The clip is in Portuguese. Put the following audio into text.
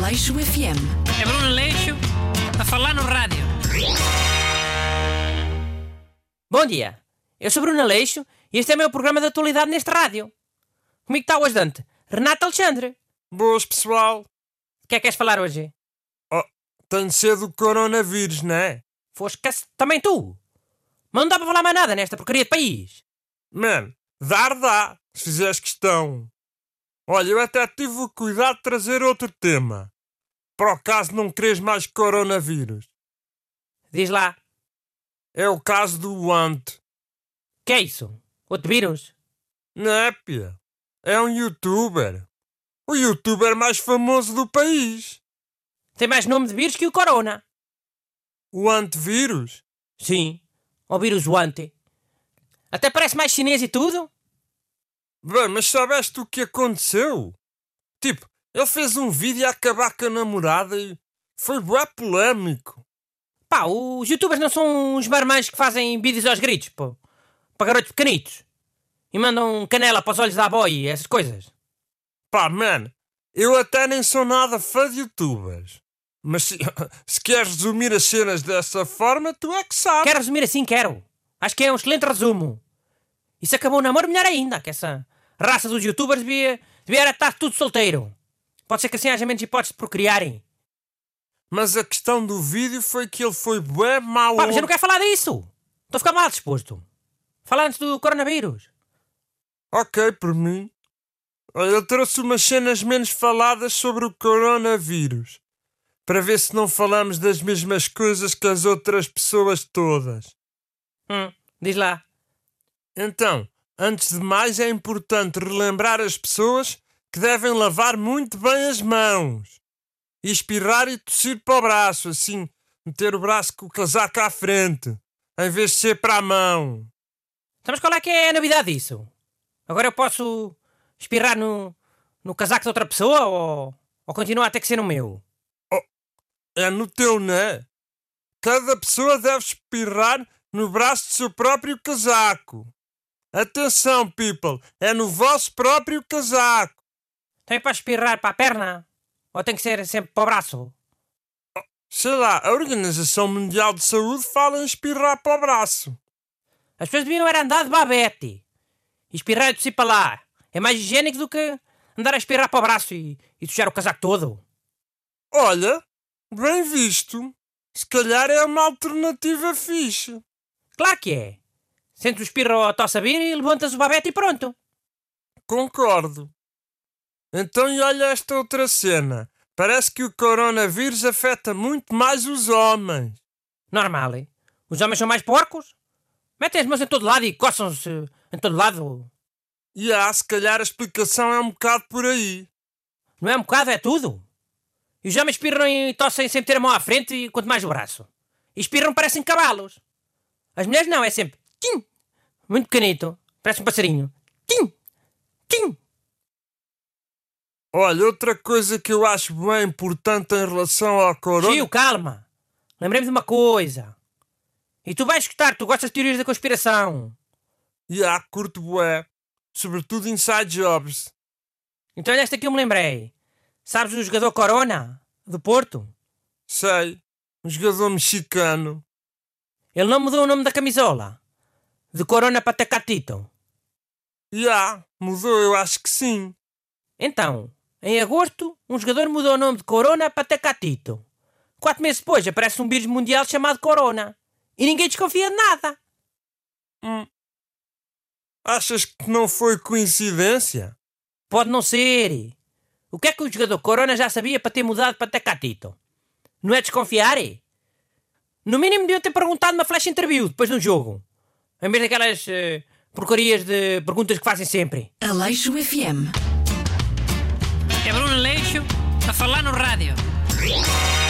Aleixo FM. É Bruno Aleixo a falar no rádio. Bom dia, eu sou Bruno Aleixo e este é o meu programa de atualidade neste rádio. Comigo está o ajudante, Renato Alexandre. Boas, pessoal. O que é que queres falar hoje? Tenho de ser do coronavírus, não é? Fosca-se também tu. Mas não dá para falar mais nada nesta porcaria de país. Man, dá, se fizeres questão. Olha, eu até tive o cuidado de trazer outro tema. Para o caso de não quereres mais coronavírus. Diz lá, É o caso do Want. que é isso? Outro vírus? Népia. É um youtuber. O youtuber mais famoso do país. Tem mais nome de vírus que o corona. O antivírus. Sim, o vírus Wante. Até parece mais chinês e tudo. Bem, mas soubeste o que aconteceu? Tipo, ele fez um vídeo a acabar com a namorada e foi bué polémico. Pá, os youtubers não são uns marmães que fazem vídeos aos gritos, pô. Para garotos pequenitos. E mandam canela para os olhos da avó e essas coisas. Pá, man, eu até nem sou nada fã de youtubers. Mas se queres resumir as cenas dessa forma, tu é que sabes. Quero resumir assim, quero. Acho que é um excelente resumo. E se acabou o namoro, melhor ainda, que essa raça dos youtubers devia estar tudo solteiro. Pode ser que assim haja menos hipóteses de procriarem. Mas a questão do vídeo foi que ele foi bué mau. Pá, mas eu não quero falar disso. Estou a ficar mal disposto. Fala antes do coronavírus. Ok, por mim. Olha, eu trouxe umas cenas menos faladas sobre o coronavírus. Para ver se não falamos das mesmas coisas que as outras pessoas todas. Diz lá. Então, antes de mais, é importante relembrar as pessoas que devem lavar muito bem as mãos. E espirrar e tossir para o braço, assim, meter o braço com o casaco à frente, em vez de ser para a mão. Então, mas qual é que é a novidade disso? Agora eu posso espirrar no casaco de outra pessoa ou continua a ter que ser no meu? É no teu, não é? Cada pessoa deve espirrar no braço do seu próprio casaco. Atenção, people, é no vosso próprio casaco. Então é para espirrar para a perna? Ou tem que ser sempre para o braço? Sei lá, a Organização Mundial de Saúde fala em espirrar para o braço. As pessoas deviam era andar de babete. E espirrar e tossir para lá. É mais higiênico do que andar a espirrar para o braço e sujar o casaco todo. Olha, bem visto. Se calhar é uma alternativa fixe. Claro que é. Sentes o espirro ou a tosse a vir e levantas o babete e pronto. Concordo. Então, e olha esta outra cena. Parece que o coronavírus afeta muito mais os homens. Normal, hein? Os homens são mais porcos. Metem as mãos em todo lado e coçam-se em todo lado. E se calhar a explicação é um bocado por aí. Não é um bocado, é tudo. E os homens espirram e tossem sem ter a mão à frente e quanto mais o braço. E espirram parecem cavalos. As mulheres não, é sempre tim. Muito pequenito. Parece um passarinho. Tim. Tim. Olha, outra coisa que eu acho bem importante em relação ao corona... Gil, calma. Lembrei-me de uma coisa. E tu vais gostar, tu gostas de teorias da conspiração. curto bué. Sobretudo inside jobs. Então olha esta que eu me lembrei. Sabes o jogador Corona, do Porto? Sei. Um jogador mexicano. Ele não mudou o nome da camisola. De Corona para Tecatito. Mudou, eu acho que sim. Então, em agosto, um jogador mudou o nome de Corona para Tecatito. 4 meses depois aparece um vírus mundial chamado Corona. E ninguém desconfia de nada. Achas que não foi coincidência? Pode não ser. O que é que o jogador Corona já sabia para ter mudado para Tecatito? Não é desconfiar? No mínimo deviam ter perguntado uma flash interview depois do jogo. Em vez daquelas porcarias de perguntas que fazem sempre. Aleixo FM. É Bruno Aleixo a falar no rádio.